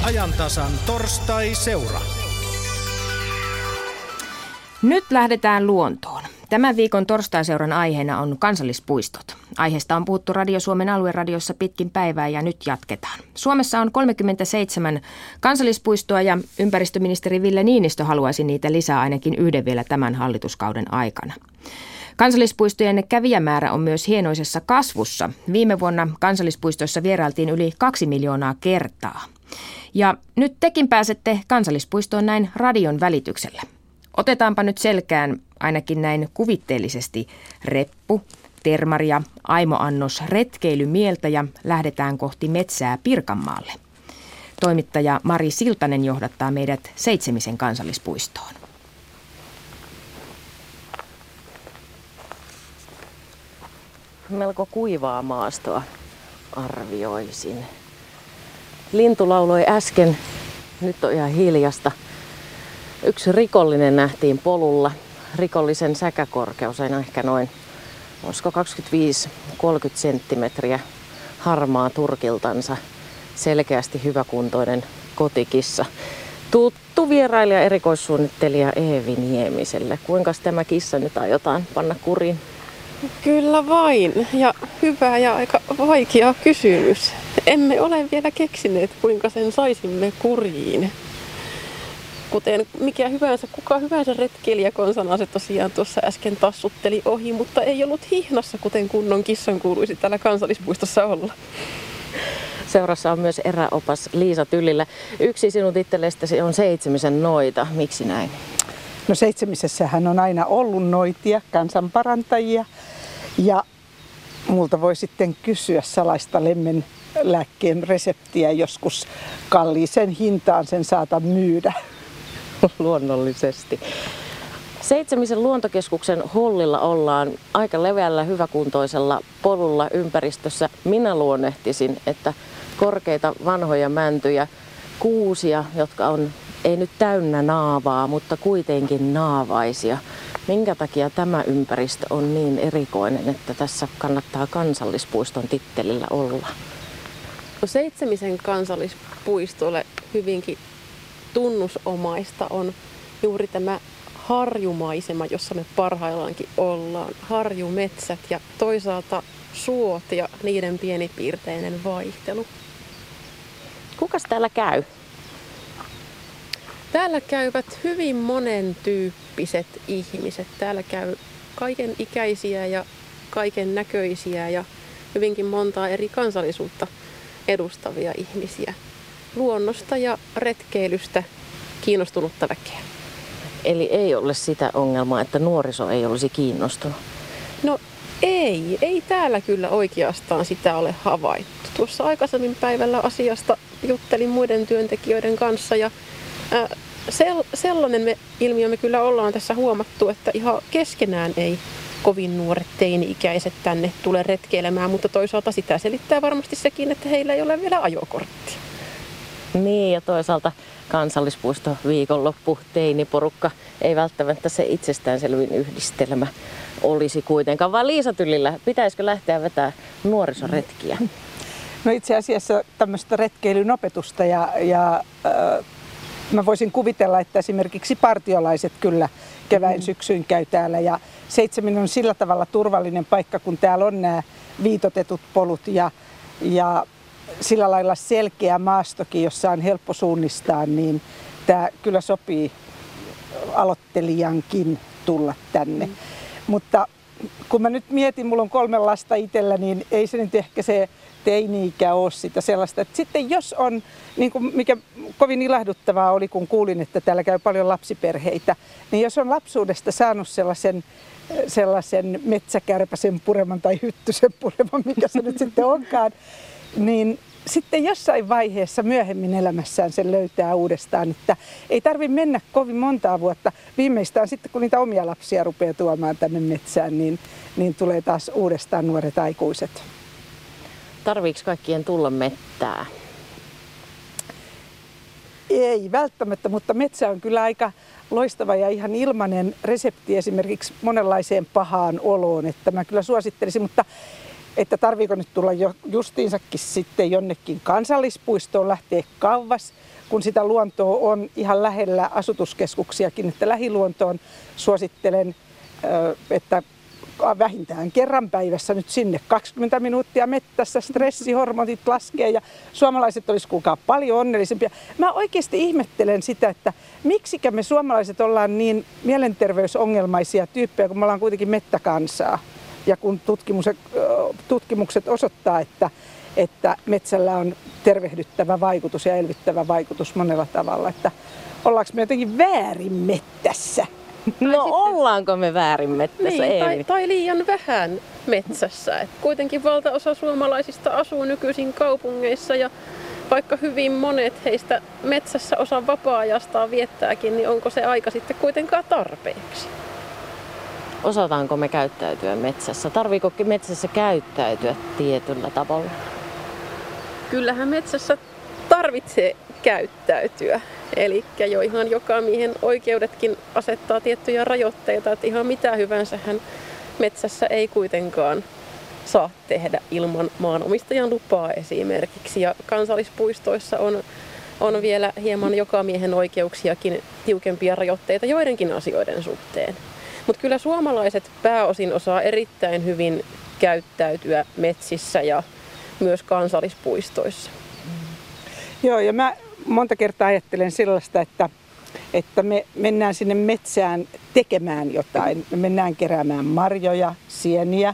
ajantasan torstai-seura. Nyt lähdetään luontoon. Tämän viikon torstai-seuran aiheena on kansallispuistot. Aiheesta on puhuttu Radio Suomen alueradiossa pitkin päivää ja nyt jatketaan. Suomessa on 37 kansallispuistoa ja ympäristöministeri Ville Niinistö haluaisi niitä lisää ainakin yhden vielä tämän hallituskauden aikana. Kansallispuistojen kävijämäärä on myös hienoisessa kasvussa. Viime vuonna kansallispuistoissa vierailtiin yli 2 miljoonaa kertaa. Ja nyt tekin pääsette kansallispuistoon näin radion välityksellä. Otetaanpa nyt selkään ainakin näin kuvitteellisesti reppu, termaria, aimoannos retkeilymieltä ja lähdetään kohti metsää Pirkanmaalle. Toimittaja Mari Siltanen johdattaa meidät Seitsemisen kansallispuistoon. Melko kuivaa maastoa arvioisin. Lintu lauloi äsken, nyt on ihan hiljasta. Yksi rikollinen nähtiin polulla. Rikollisen säkäkorkeus on ehkä noin, olisiko 25-30 senttimetriä, harmaa turkiltansa, selkeästi hyväkuntoinen kotikissa. Tuttu vierailija erikoissuunnittelija Eevi Niemiselle. Kuinka tämä kissa nyt aiotaan panna kuriin? Kyllä vain. Ja hyvä ja aika vaikea kysymys. Emme ole vielä keksineet, kuinka sen saisimme kuriin. Kuten kuka hyvänsä retkeilijäkonsana se tosiaan tuossa äsken tassutteli ohi, mutta ei ollut hihnassa, kuten kunnon kissan kuuluisi täällä kansallispuistossa olla. Seurassa on myös eräopas Liisa Tyllilä. Yksi sinun tittelestäsi on Seitsemisen noita. Miksi näin? No Seitsemisessähän on aina ollut noitia, kansanparantajia. Ja multa voi sitten kysyä salaista lemmenlääkkeen reseptiä joskus kalliiseen hintaan sen saata myydä. Luonnollisesti. Seitsemisen luontokeskuksen hollilla ollaan aika leveällä hyväkuntoisella polulla ympäristössä. Minä luonnehtisin, että korkeita vanhoja mäntyjä, kuusia, jotka on ei nyt täynnä naavaa, mutta kuitenkin naavaisia. Minkä takia tämä ympäristö on niin erikoinen, että tässä kannattaa kansallispuiston tittelillä olla? Seitsemisen kansallispuistolle hyvinkin tunnusomaista on juuri tämä harjumaisema, jossa me parhaillaankin ollaan. Harjumetsät ja toisaalta suot ja niiden pienipiirteinen vaihtelu. Kukas täällä käy? Täällä käyvät hyvin monen tyyppiset ihmiset. Täällä käy kaiken ikäisiä ja kaiken näköisiä ja hyvinkin montaa eri kansallisuutta edustavia ihmisiä. Luonnosta ja retkeilystä kiinnostunutta väkeä. Eli ei ole sitä ongelmaa, että nuoriso ei olisi kiinnostunut? No ei täällä kyllä oikeastaan sitä ole havaittu. Tuossa aikaisemmin päivällä asiasta juttelin muiden työntekijöiden kanssa ja sellainen ilmiö me kyllä ollaan tässä huomattu, että ihan keskenään ei kovin nuoret teini-ikäiset tänne tule retkeilemään, mutta toisaalta sitä selittää varmasti sekin, että heillä ei ole vielä ajokorttia. Niin, ja toisaalta kansallispuisto viikonloppu teiniporukka ei välttämättä se itsestäänselvin yhdistelmä olisi kuitenkaan, vaan Liisa Tyllilä, pitäisikö lähteä vetämään nuorisoretkiä? No itse asiassa tämmöistä retkeilyn opetusta ja mä voisin kuvitella, että esimerkiksi partiolaiset kyllä keväin syksyin käy täällä ja Seitseminen on sillä tavalla turvallinen paikka, kun täällä on nämä viitotetut polut ja sillä lailla selkeä maastokin, jossa on helppo suunnistaa, niin tämä kyllä sopii aloittelijankin tulla tänne. Mutta kun mä nyt mietin, mulla on 3 lasta itsellä, niin ei se nyt ehkä se teini-ikä ole sitä sellaista. Että sitten jos on, niin kuin mikä kovin ilahduttavaa oli, kun kuulin, että täällä käy paljon lapsiperheitä, niin jos on lapsuudesta saanut sellaisen metsäkärpäsen pureman tai hyttysen pureman, mikä se nyt sitten onkaan, niin sitten jossain vaiheessa myöhemmin elämässään sen löytää uudestaan, että ei tarvitse mennä kovin montaa vuotta. Viimeistään sitten, kun niitä omia lapsia rupeaa tuomaan tänne metsään, niin tulee taas uudestaan nuoret aikuiset. Tarviiko kaikkien tulla mettää? Ei välttämättä, mutta metsä on kyllä aika loistava ja ihan ilmainen resepti esimerkiksi monenlaiseen pahaan oloon, että mä kyllä suosittelisin, mutta että tarviiko nyt tulla justiinsakin sitten jonnekin kansallispuistoon lähteä kauas, kun sitä luontoa on ihan lähellä asutuskeskuksiakin, että lähiluontoon suosittelen, että vähintään kerran päivässä nyt sinne 20 minuuttia mettässä, stressihormonit laskee ja suomalaiset olisi kuulkaa paljon onnellisempia. Mä oikeasti ihmettelen sitä, että miksikä me suomalaiset ollaan niin mielenterveysongelmaisia tyyppejä, kun me ollaan kuitenkin mettäkansaa. Ja kun tutkimukset osoittaa, että metsällä on tervehdyttävä vaikutus ja elvyttävä vaikutus monella tavalla, että ollaanko me jotenkin väärin mettässä? No ollaanko me väärin mettässä? Niin, tai liian vähän metsässä. Et kuitenkin valtaosa suomalaisista asuu nykyisin kaupungeissa ja vaikka hyvin monet heistä metsässä osa vapaa-ajastaan viettääkin, niin onko se aika sitten kuitenkaan tarpeeksi? Osataanko me käyttäytyä metsässä? Tarviiko metsässä käyttäytyä tietyllä tavalla? Kyllähän metsässä tarvitsee käyttäytyä. Eli jo ihan joka miehen oikeudetkin asettaa tiettyjä rajoitteita, että ihan mitä hyvänsä hän metsässä ei kuitenkaan saa tehdä ilman maanomistajan lupaa esimerkiksi. Ja kansallispuistoissa on vielä hieman joka miehen oikeuksiakin tiukempia rajoitteita joidenkin asioiden suhteen. Mutta kyllä suomalaiset pääosin osaa erittäin hyvin käyttäytyä metsissä ja myös kansallispuistoissa. Joo, ja mä monta kertaa ajattelen sellaista, että me mennään sinne metsään tekemään jotain. Me mennään keräämään marjoja, sieniä.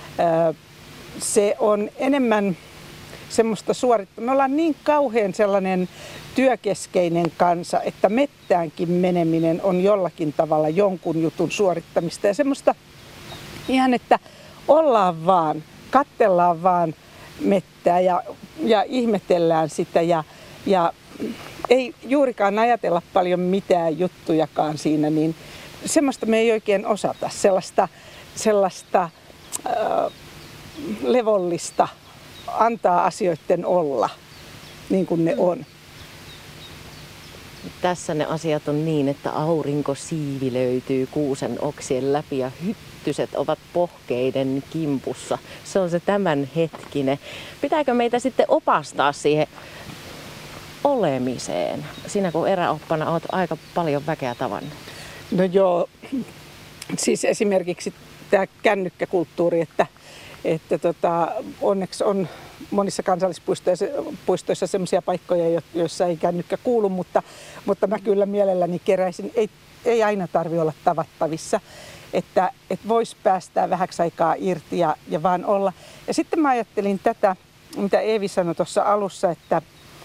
Se on enemmän semmoista suorittamista. Me ollaan niin kauhean sellainen työkeskeinen kansa, että mettäänkin meneminen on jollakin tavalla jonkun jutun suorittamista. Ja semmoista ihan, että ollaan vaan, katsellaan vaan mettää ja ihmetellään sitä ja ei juurikaan ajatella paljon mitään juttujakaan siinä, niin semmoista me ei oikein osata, sellaista levollista antaa asioiden olla niin kuin ne on. Tässä ne asiat on niin, että aurinko siivilöityy kuusen oksien läpi ja hyttyset ovat pohkeiden kimpussa. Se on se tämän hetkinen. Pitääkö meitä sitten opastaa siihen olemiseen? Sinä kun eräoppana olet aika paljon väkeä tavannut. No joo, siis esimerkiksi tämä kännykkäkulttuuri, että onneksi on monissa kansallispuistoissa sellaisia paikkoja, joissa ei kännykkä kuulu, mutta mä kyllä mielelläni keräisin. Ei aina tarvitse olla tavattavissa, että voisi päästää vähäksi aikaa irti ja vaan olla. Ja sitten mä ajattelin tätä, mitä Eevi sanoi tuossa alussa, että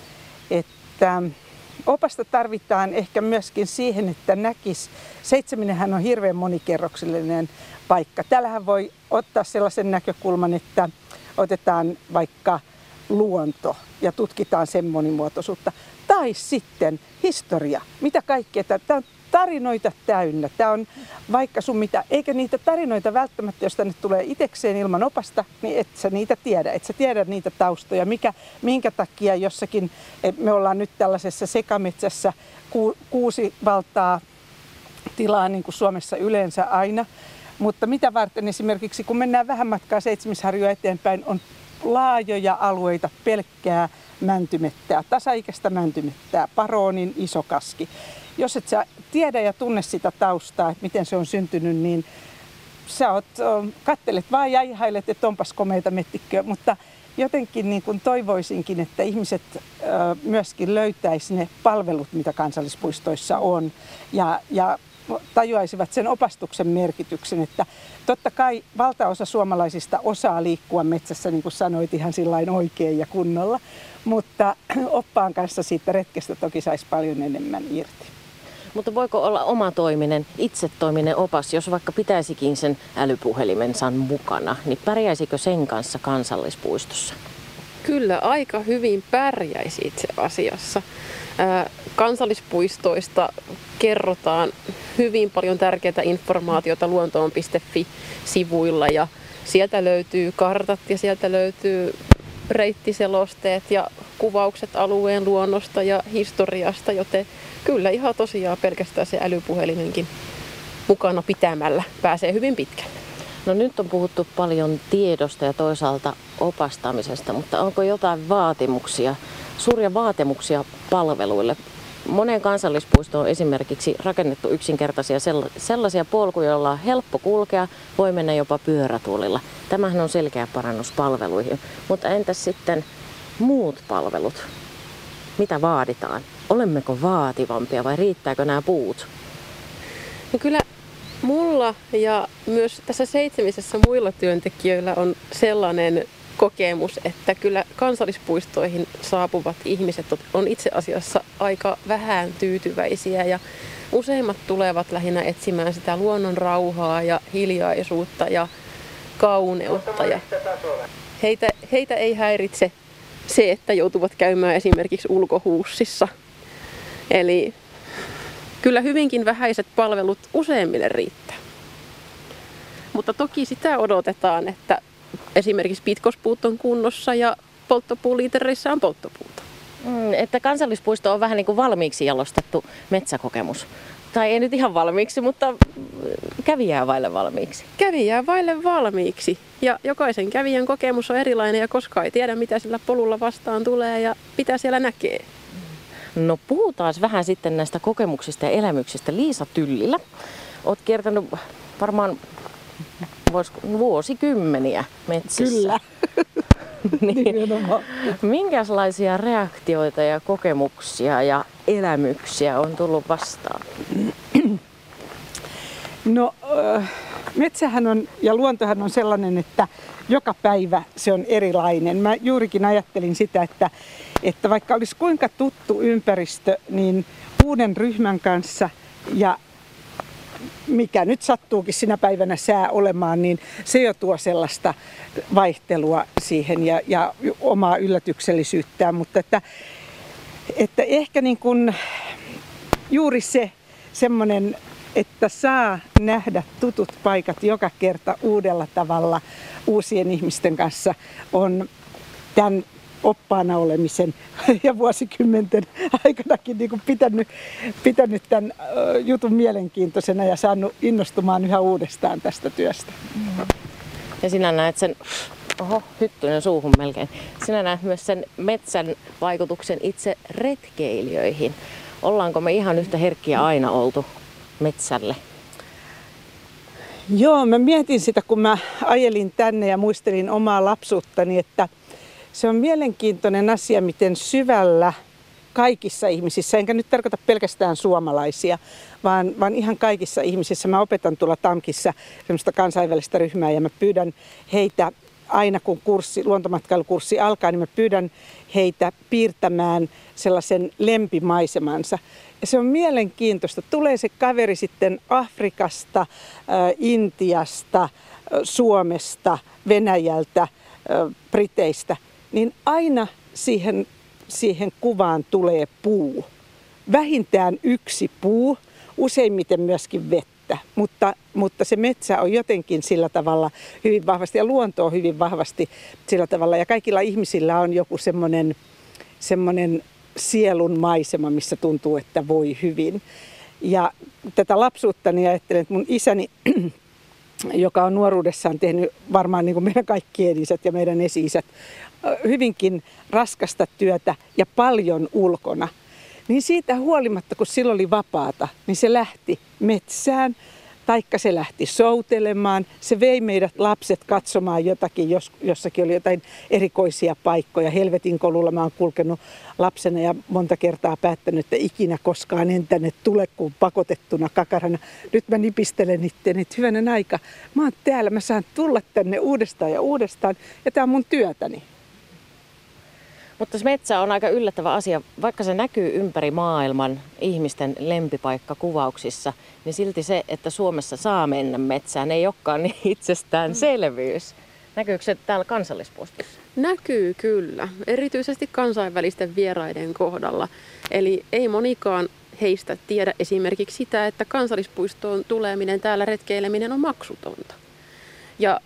opasta tarvitaan ehkä myöskin siihen, että näkisi. Seitseminenhän on hirveän monikerroksellinen paikka. Täällähän voi ottaa sellaisen näkökulman, että otetaan vaikka luonto ja tutkitaan sen monimuotoisuutta. Tai sitten historia. Mitä kaikkea? Tämä on tarinoita täynnä. Tämä on vaikka sun mitä. Eikä niitä tarinoita välttämättä, jos tänne tulee itsekseen ilman opasta, niin et sä niitä tiedä. Et sä tiedä niitä taustoja. Minkä takia jossakin, me ollaan nyt tällaisessa sekametsässä, 6 valtaa tilaa niin kuin Suomessa yleensä aina. Mutta mitä varten esimerkiksi, kun mennään vähän matkaa Seitsemisharjua eteenpäin, on laajoja alueita pelkkää mäntymettää, tasaikäistä mäntymettää, Paronin isokaski. Jos et sä tiedä ja tunne sitä taustaa, että miten se on syntynyt, niin sä kattelet vaan ja ihailet, että onpas komeita mettikköä. Mutta jotenkin niin kuin toivoisinkin, että ihmiset myöskin löytäisi ne palvelut, mitä kansallispuistoissa on ja tajuaisivat sen opastuksen merkityksen, että totta kai valtaosa suomalaisista osaa liikkua metsässä, niin kuin sanoit, ihan sillain oikein ja kunnolla, mutta oppaan kanssa siitä retkestä toki saisi paljon enemmän irti. Mutta voiko olla omatoiminen, itsetoiminen opas, jos vaikka pitäisikin sen älypuhelimensa mukana, niin pärjäisikö sen kanssa kansallispuistossa? Kyllä aika hyvin pärjäisi itse asiassa. Kansallispuistoista kerrotaan hyvin paljon tärkeää informaatiota luontoon.fi-sivuilla ja sieltä löytyy kartat ja sieltä löytyy reittiselosteet ja kuvaukset alueen luonnosta ja historiasta, joten kyllä ihan tosiaan pelkästään se älypuhelimenkin mukana pitämällä pääsee hyvin pitkälle. No nyt on puhuttu paljon tiedosta ja toisaalta opastamisesta, mutta onko jotain vaatimuksia, suuria vaatimuksia palveluille? Moneen kansallispuistoon on esimerkiksi rakennettu yksinkertaisia sellaisia polkuja, joilla on helppo kulkea, voi mennä jopa pyörätuolilla. Tämähän on selkeä parannus palveluihin. Mutta entäs sitten muut palvelut? Mitä vaaditaan? Olemmeko vaativampia vai riittääkö nämä puut? No kyllä mulla ja myös tässä 7 muilla työntekijöillä on sellainen kokemus, että kyllä kansallispuistoihin saapuvat ihmiset on itse asiassa aika vähän tyytyväisiä ja useimmat tulevat lähinnä etsimään sitä luonnon rauhaa ja hiljaisuutta ja kauneutta. Ja heitä ei häiritse se, että joutuvat käymään esimerkiksi ulkohuussissa. Eli kyllä hyvinkin vähäiset palvelut useimmille riittää. Mutta toki sitä odotetaan, että esimerkiksi pitkospuut on kunnossa ja polttopuuliitereissä on polttopuuta. Että kansallispuisto on vähän niin kuin valmiiksi jalostettu metsäkokemus. Tai ei nyt ihan valmiiksi, mutta kävijää vaille valmiiksi. Kävijää vaille valmiiksi. Ja jokaisen kävijän kokemus on erilainen ja koskaan ei tiedä, mitä sillä polulla vastaan tulee ja mitä siellä näkee. No puhutaan vähän sitten näistä kokemuksista ja elämyksistä. Liisa Tyllilä, olet kiertänyt varmaan vuosikymmeniä metsissä. Kyllä. Niin, minkälaisia reaktioita ja kokemuksia ja elämyksiä on tullut vastaan? No metsähän on ja luontohan on sellainen, että joka päivä se on erilainen. Mä juurikin ajattelin sitä, että vaikka olisi kuinka tuttu ympäristö, niin uuden ryhmän kanssa ja mikä nyt sattuukin sinä päivänä sää olemaan, niin se jo tuo sellaista vaihtelua siihen ja omaa yllätyksellisyyttään. Mutta että ehkä niin kuin juuri se semmoinen, että saa nähdä tutut paikat joka kerta uudella tavalla uusien ihmisten kanssa, on tämän oppaana olemisen ja vuosikymmenten aikanakin niin kuin pitänyt tämän jutun mielenkiintoisena ja saanut innostumaan yhä uudestaan tästä työstä. Ja sinä näet sen, hyttynen suuhun melkein, sinä näet myös sen metsän vaikutuksen itse retkeilijöihin. Ollaanko me ihan yhtä herkkiä aina oltu metsälle? Joo, mä mietin sitä, kun mä ajelin tänne ja muistelin omaa lapsuuttani, että se on mielenkiintoinen asia, miten syvällä kaikissa ihmisissä, enkä nyt tarkoita pelkästään suomalaisia, vaan ihan kaikissa ihmisissä. Mä opetan tuolla TAMKissa semmoista kansainvälistä ryhmää ja mä pyydän heitä aina kun luontomatkailukurssi alkaa, niin mä pyydän heitä piirtämään sellaisen lempimaisemansa. Ja se on mielenkiintoista. Tulee se kaveri sitten Afrikasta, Intiasta, Suomesta, Venäjältä, Briteistä, niin aina siihen kuvaan tulee puu. Vähintään yksi puu, useimmiten myöskin vettä, mutta se metsä on jotenkin sillä tavalla hyvin vahvasti ja luonto on hyvin vahvasti sillä tavalla. Ja kaikilla ihmisillä on joku semmoinen sielun maisema, missä tuntuu, että voi hyvin. Ja tätä lapsuuttani ajattelen, että mun isäni, joka on nuoruudessaan tehnyt varmaan niin kuin meidän kaikkien isät ja meidän esi-isät, hyvinkin raskasta työtä ja paljon ulkona. Niin siitä huolimatta, kun silloin oli vapaata, niin se lähti metsään, taikka se lähti soutelemaan. Se vei meidät lapset katsomaan jotakin, jossakin oli jotain erikoisia paikkoja. Helvetin kolulla mä oon kulkenut lapsena ja monta kertaa päättänyt, että ikinä koskaan en tänne tule, kuin pakotettuna kakarana. Nyt mä nipistelen itseäni, että hyvänen aika, mä oon täällä, mä saan tulla tänne uudestaan ja uudestaan ja tää on mun työtäni. Mutta se metsä on aika yllättävä asia. Vaikka se näkyy ympäri maailman ihmisten lempipaikkakuvauksissa, niin silti se, että Suomessa saa mennä metsään, ei olekaan niin itsestäänselvyys. Näkyykö se täällä kansallispuistossa? Näkyy kyllä, erityisesti kansainvälisten vieraiden kohdalla. Eli ei monikaan heistä tiedä esimerkiksi sitä, että kansallispuistoon tuleminen, täällä retkeileminen on maksutonta. Ja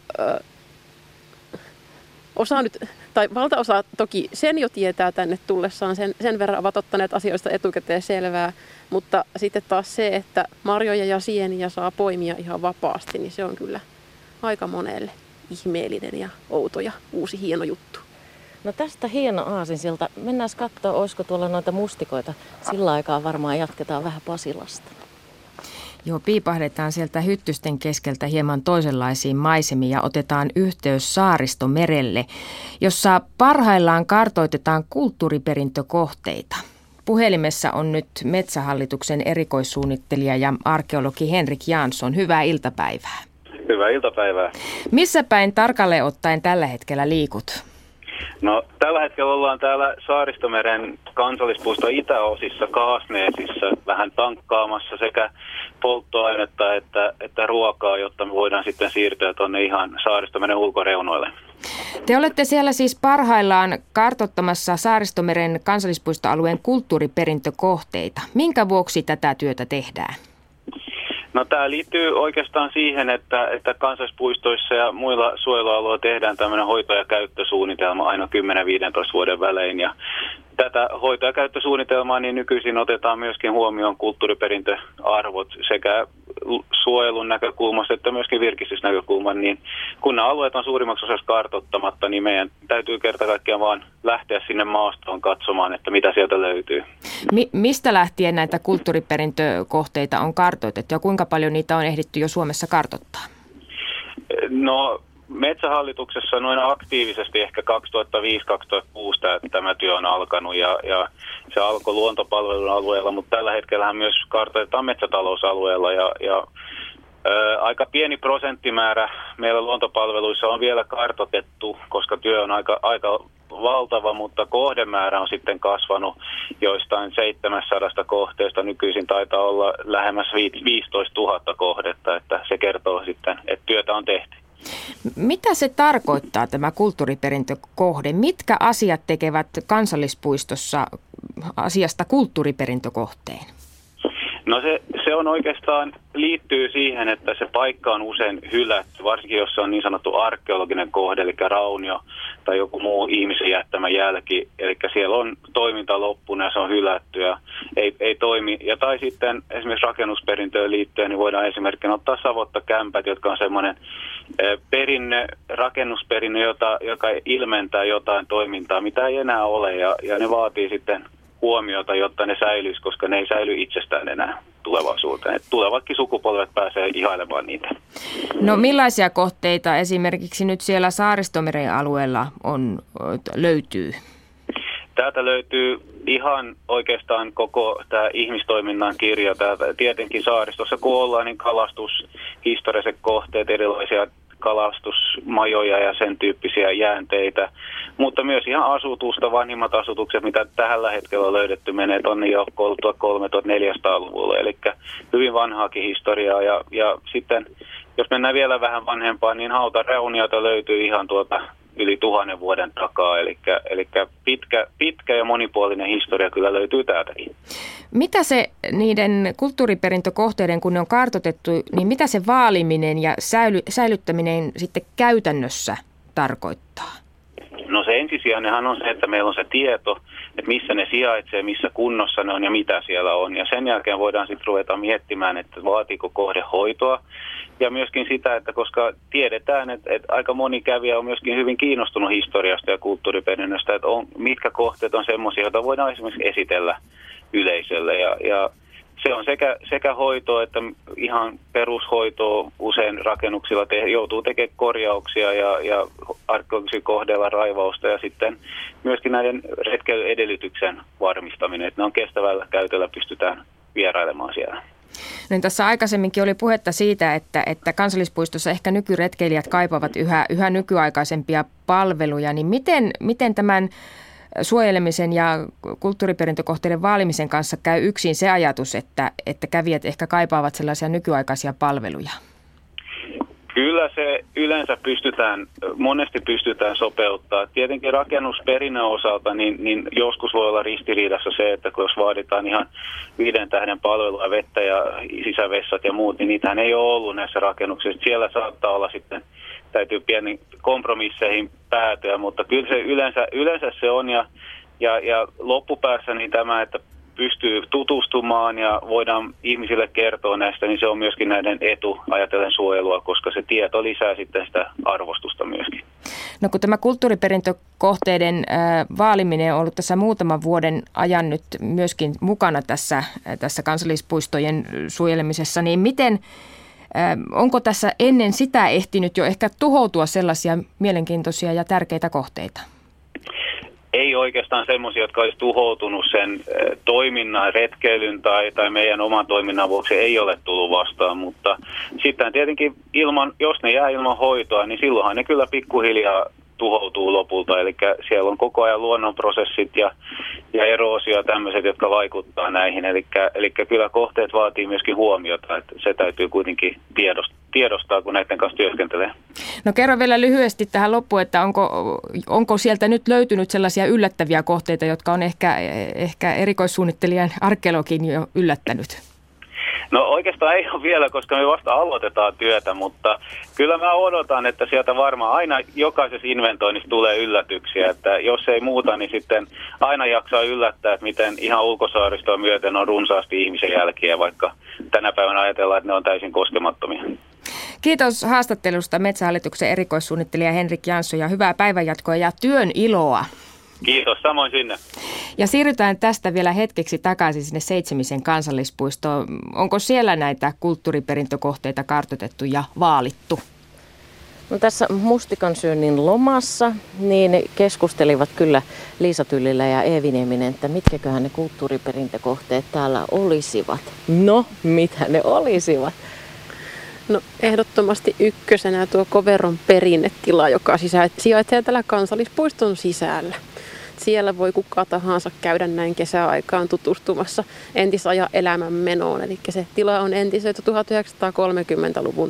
valtaosa toki sen jo tietää tänne tullessaan, sen verran ovat ottaneet asioista etukäteen selvää, mutta sitten taas se, että marjoja ja sieniä saa poimia ihan vapaasti, niin se on kyllä aika monelle ihmeellinen ja outo ja uusi hieno juttu. No tästä hieno aasinsilta. Mennään katsoa, olisiko tuolla noita mustikoita. Sillä aikaa varmaan jatketaan vähän Pasilasta. Joo, piipahdetaan sieltä hyttysten keskeltä hieman toisenlaisiin maisemiin ja otetaan yhteys Saaristomerelle, jossa parhaillaan kartoitetaan kulttuuriperintökohteita. Puhelimessa on nyt Metsähallituksen erikoissuunnittelija ja arkeologi Henrik Jansson. Hyvää iltapäivää. Hyvää iltapäivää. Missä päin tarkalleen ottaen tällä hetkellä liikut? No, tällä hetkellä ollaan täällä Saaristomeren kansallispuiston itäosissa Kaasneesissa vähän tankkaamassa sekä polttoainetta että ruokaa, jotta me voidaan sitten siirtyä tuonne ihan Saaristomeren ulkoreunoille. Te olette siellä siis parhaillaan kartoittamassa Saaristomeren kansallispuistoalueen kulttuuriperintökohteita. Minkä vuoksi tätä työtä tehdään? No, tämä liittyy oikeastaan siihen, että kansallispuistoissa ja muilla suojelualueilla tehdään tämmöinen hoito- ja käyttösuunnitelma aina 10-15 vuoden välein. Ja tätä hoito- ja käyttösuunnitelmaa niin nykyisin otetaan myöskin huomioon kulttuuriperintöarvot sekä suojelun näkökulmasta että myöskin virkistysnäkökulman. Niin kun nämä alueet on suurimmaksi osassa kartoittamatta, niin meidän täytyy kerta kaikkiaan vaan lähteä sinne maastoon katsomaan, että mitä sieltä löytyy. Mistä lähtien näitä kulttuuriperintökohteita on kartoitettu ja kuinka paljon niitä on ehditty jo Suomessa kartoittaa? No, Metsähallituksessa noin aktiivisesti ehkä 2005-2006 tämä työ on alkanut ja se alkoi luontopalvelun alueella, mutta tällä hetkellähän myös kartoitetaan metsätalousalueella ja aika pieni prosenttimäärä meillä luontopalveluissa on vielä kartoitettu, koska työ on aika valtava, mutta kohdemäärä on sitten kasvanut joistain 700 kohteesta. Nykyisin taitaa olla lähemmäs 15 000 kohdetta, että se kertoo sitten, että työtä on tehty. Mitä se tarkoittaa tämä kulttuuriperintökohde? Mitkä asiat tekevät kansallispuistossa asiasta kulttuuriperintökohteen? No se on oikeastaan liittyy siihen, että se paikka on usein hylätty, varsinkin jos se on niin sanottu arkeologinen kohde, eli raunio tai joku muu ihmisen jättämä jälki. Eli siellä on toiminta loppunut ja se on hylätty ja ei toimi. Ja tai sitten esimerkiksi rakennusperintöön liittyen niin voidaan esimerkkinä ottaa savottakämpät, jotka on semmoinen rakennusperinne, joka ilmentää jotain toimintaa, mitä ei enää ole ja ne vaatii sitten huomiota, jotta ne säilyisi, koska ne ei säily itsestään enää tulevaisuuteen. Tulevatkin sukupolvet pääsee ihailemaan niitä. No millaisia kohteita esimerkiksi nyt siellä Saaristomeren alueella löytyy? Täältä löytyy ihan oikeastaan koko tämä ihmistoiminnan kirja. Täältä tietenkin saaristossa kun ollaan, niin kalastus, historialliset kohteet, erilaisia kalastusmajoja ja sen tyyppisiä jäänteitä, mutta myös ihan asutusta, vanhimmat asutukset, mitä tällä hetkellä on löydetty, menee tuonne jo 3400-luvulle, eli hyvin vanhaakin historiaa ja sitten jos mennään vielä vähän vanhempaan, niin hautareunioita löytyy ihan yli 1000 vuoden takaa, eli pitkä ja monipuolinen historia kyllä löytyy täältäkin. Mitä se niiden kulttuuriperintökohteiden, kun ne on kartoitettu, niin mitä se vaaliminen ja säilyttäminen sitten käytännössä tarkoittaa? No se ensisijainenhan on se, että meillä on se tieto, että missä ne sijaitsee, missä kunnossa ne on ja mitä siellä on. Ja sen jälkeen voidaan sitten ruveta miettimään, että vaatiiko kohde hoitoa. Ja myöskin sitä, että koska tiedetään, että aika moni kävijä on myöskin hyvin kiinnostunut historiasta ja kulttuuriperinnöstä, että mitkä kohteet on semmoisia, joita voidaan esimerkiksi esitellä yleisölle. Ja se on sekä hoitoa että ihan perushoitoa usein rakennuksilla joutuu tekemään korjauksia ja arkeologisia kohteilla raivausta ja sitten myöskin näiden retkeilyedellytyksen varmistaminen, että ne on kestävällä käytöllä pystytään vierailemaan siellä. No, tässä aikaisemminkin oli puhetta siitä, että kansallispuistossa ehkä nykyretkeilijät kaipaavat yhä nykyaikaisempia palveluja, niin miten tämän suojelemisen ja kulttuuriperintökohteiden vaalimisen kanssa käy yksin se ajatus, että kävijät ehkä kaipaavat sellaisia nykyaikaisia palveluja? Kyllä se yleensä monesti pystytään sopeuttaa. Tietenkin rakennusperinnön osalta niin joskus voi olla ristiriidassa se, että jos vaaditaan ihan 5 tähden palvelua, vettä ja sisävessat ja muut, niin niitähän ei ole ollut näissä rakennuksissa. Siellä saattaa olla sitten, täytyy pieni kompromisseihin päätyä, mutta kyllä se yleensä se on ja loppupäässä niin tämä, että pystyy tutustumaan ja voidaan ihmisille kertoa näistä, niin se on myöskin näiden etu ajatellen suojelua, koska se tieto lisää sitten sitä arvostusta myöskin. No kun tämä kulttuuriperintökohteiden vaaliminen on ollut tässä muutaman vuoden ajan nyt myöskin mukana tässä kansallispuistojen suojelemisessa, niin onko tässä ennen sitä ehtinyt jo ehkä tuhoutua sellaisia mielenkiintoisia ja tärkeitä kohteita? Ei oikeastaan semmoisia, jotka olisi tuhoutunut sen toiminnan, retkeilyn tai meidän oman toiminnan vuoksi ei ole tullut vastaan, mutta sitten tietenkin jos ne jää ilman hoitoa, niin silloinhan ne kyllä pikkuhiljaa tuhoutuu lopulta. Eli siellä on koko ajan luonnonprosessit ja eroosio ja tämmöiset, jotka vaikuttaa näihin. Eli kyllä kohteet vaatii myöskin huomiota, että se täytyy kuitenkin tiedostaa, kun näiden kanssa työskentelee. No kerro vielä lyhyesti tähän loppuun, että onko sieltä nyt löytynyt sellaisia yllättäviä kohteita, jotka on ehkä erikoissuunnittelijan arkeologin jo yllättänyt? No oikeastaan ei ole vielä, koska me vasta aloitetaan työtä, mutta kyllä mä odotan, että sieltä varmaan aina jokaisessa inventoinnissa tulee yllätyksiä, että jos ei muuta, niin sitten aina jaksaa yllättää, että miten ihan ulkosaaristoa myöten on runsaasti ihmisen jälkiä, vaikka tänä päivänä ajatellaan, että ne on täysin koskemattomia. Kiitos haastattelusta Metsähallituksen erikoissuunnittelija Henrik Jansson ja hyvää päivänjatkoa ja työn iloa. Kiitos, samoin sinne. Ja siirrytään tästä vielä hetkeksi takaisin sinne Seitsemisen kansallispuistoon. Onko siellä näitä kulttuuriperintökohteita kartoitettu ja vaalittu? No tässä mustikan syönnin lomassa niin keskustelivat kyllä Liisa Tyllilä ja Eevi Nieminen, että mitkäköhän ne kulttuuriperintökohteet täällä olisivat. No, mitä ne olisivat? No ehdottomasti ykkösenä tuo Koveron perinnetila, joka sijaitsee täällä kansallispuiston sisällä. Siellä voi kuka tahansa käydä näin kesäaikaan tutustumassa entisajan elämänmenoon. Eli se tila on entiseltä 1930-luvun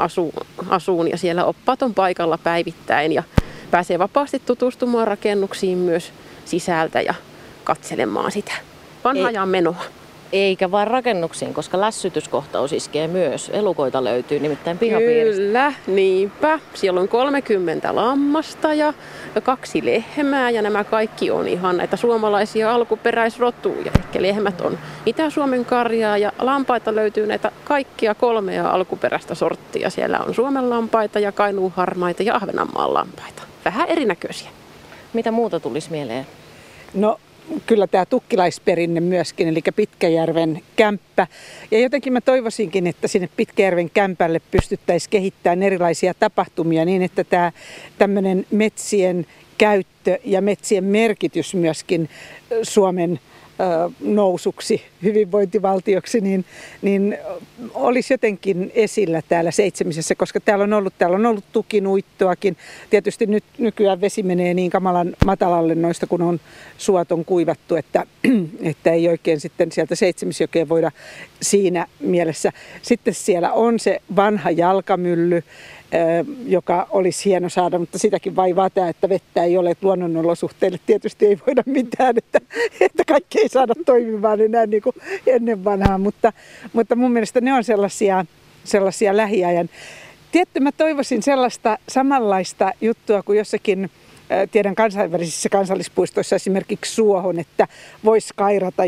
asuun ja siellä oppaat on paikalla päivittäin ja pääsee vapaasti tutustumaan rakennuksiin myös sisältä ja katselemaan sitä vanhaa ajan menoa. Eikä vain rakennuksiin, koska lässytyskohtaus iskee myös. Elukoita löytyy nimittäin pihapiiristä. Kyllä, niinpä. Siellä on 30 lammasta ja 2 lehmää ja nämä kaikki on ihan näitä suomalaisia alkuperäisrotuja. Eli lehmät on Itä-Suomen karjaa ja lampaita löytyy näitä kaikkia 3 alkuperäistä sorttia. Siellä on Suomen lampaita ja Kainuun harmaita ja Ahvenanmaan lampaita. Vähän erinäköisiä. Mitä muuta tulisi mieleen? No kyllä tämä tukkilaisperinne myöskin, eli Pitkäjärven kämppä. Ja jotenkin mä toivoisinkin, että sinne Pitkäjärven kämpälle pystyttäisiin kehittämään erilaisia tapahtumia niin, että tämä tämmöinen metsien käyttö ja metsien merkitys myöskin Suomen nousuksi, hyvinvointivaltioksi, niin olisi jotenkin esillä täällä Seitsemisessä, koska täällä on ollut tukinuittoakin. Tietysti nyt nykyään vesi menee niin kamalan matalalle noista, kun on suot on kuivattu, että ei oikein sitten sieltä Seitsemisjokeen voida siinä mielessä. Sitten siellä on se vanha jalkamylly, joka olisi hieno saada, mutta sitäkin vaivaa tämä, että vettä ei ole. Luonnonolosuhteille tietysti ei voida mitään, että kaikki ei saada toimimaan enää niin kuin ennen vanhaa, mutta mun mielestä ne on sellaisia lähiajan. Tietty mä toivoisin sellaista samanlaista juttua kuin jossakin, tiedän kansainvälisissä kansallispuistoissa esimerkiksi Suohon, että voisi kairata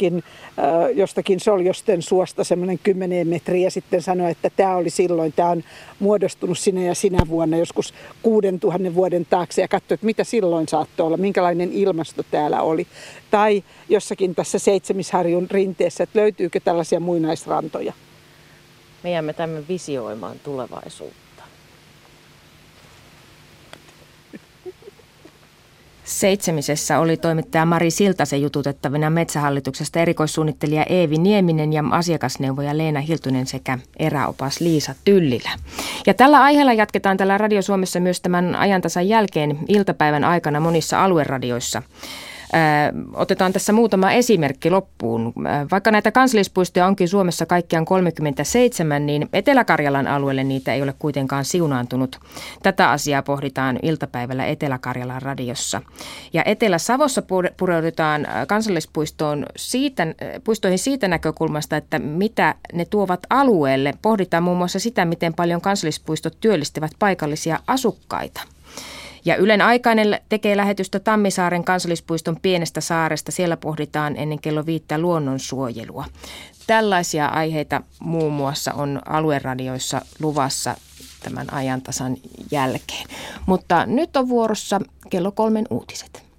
jostakin Soljosten suosta semmoinen 10 metriä ja sitten sanoa, että tämä on muodostunut sinä ja sinä vuonna joskus 6000 vuoden taakse ja katsoa, että mitä silloin saattoi olla, minkälainen ilmasto täällä oli. Tai jossakin tässä Seitsemisharjun rinteessä, että löytyykö tällaisia muinaisrantoja. Me jäämme tämän visioimaan tulevaisuutta. Seitsemisessä oli toimittaja Mari Siltasen jututettavina Metsähallituksesta erikoissuunnittelija Eevi Nieminen ja asiakasneuvoja Leena Hiltunen sekä eräopas Liisa Tyllilä. Ja tällä aiheella jatketaan täällä Radio Suomessa myös tämän ajantasan jälkeen iltapäivän aikana monissa alueradioissa. Otetaan tässä muutama esimerkki loppuun. Vaikka näitä kansallispuistoja onkin Suomessa kaikkiaan 37, niin Etelä-Karjalan alueelle niitä ei ole kuitenkaan siunaantunut. Tätä asiaa pohditaan iltapäivällä Etelä-Karjalan radiossa. Ja Etelä-Savossa pureudutaan kansallispuistoihin siitä näkökulmasta, että mitä ne tuovat alueelle. Pohditaan muun muassa sitä, miten paljon kansallispuistot työllistävät paikallisia asukkaita. Ja Ylen Aikainen tekee lähetystä Tammisaaren kansallispuiston pienestä saaresta. Siellä pohditaan ennen kello 5 luonnonsuojelua. Tällaisia aiheita muun muassa on alueradioissa luvassa tämän ajantasan jälkeen. Mutta nyt on vuorossa kello 3 uutiset.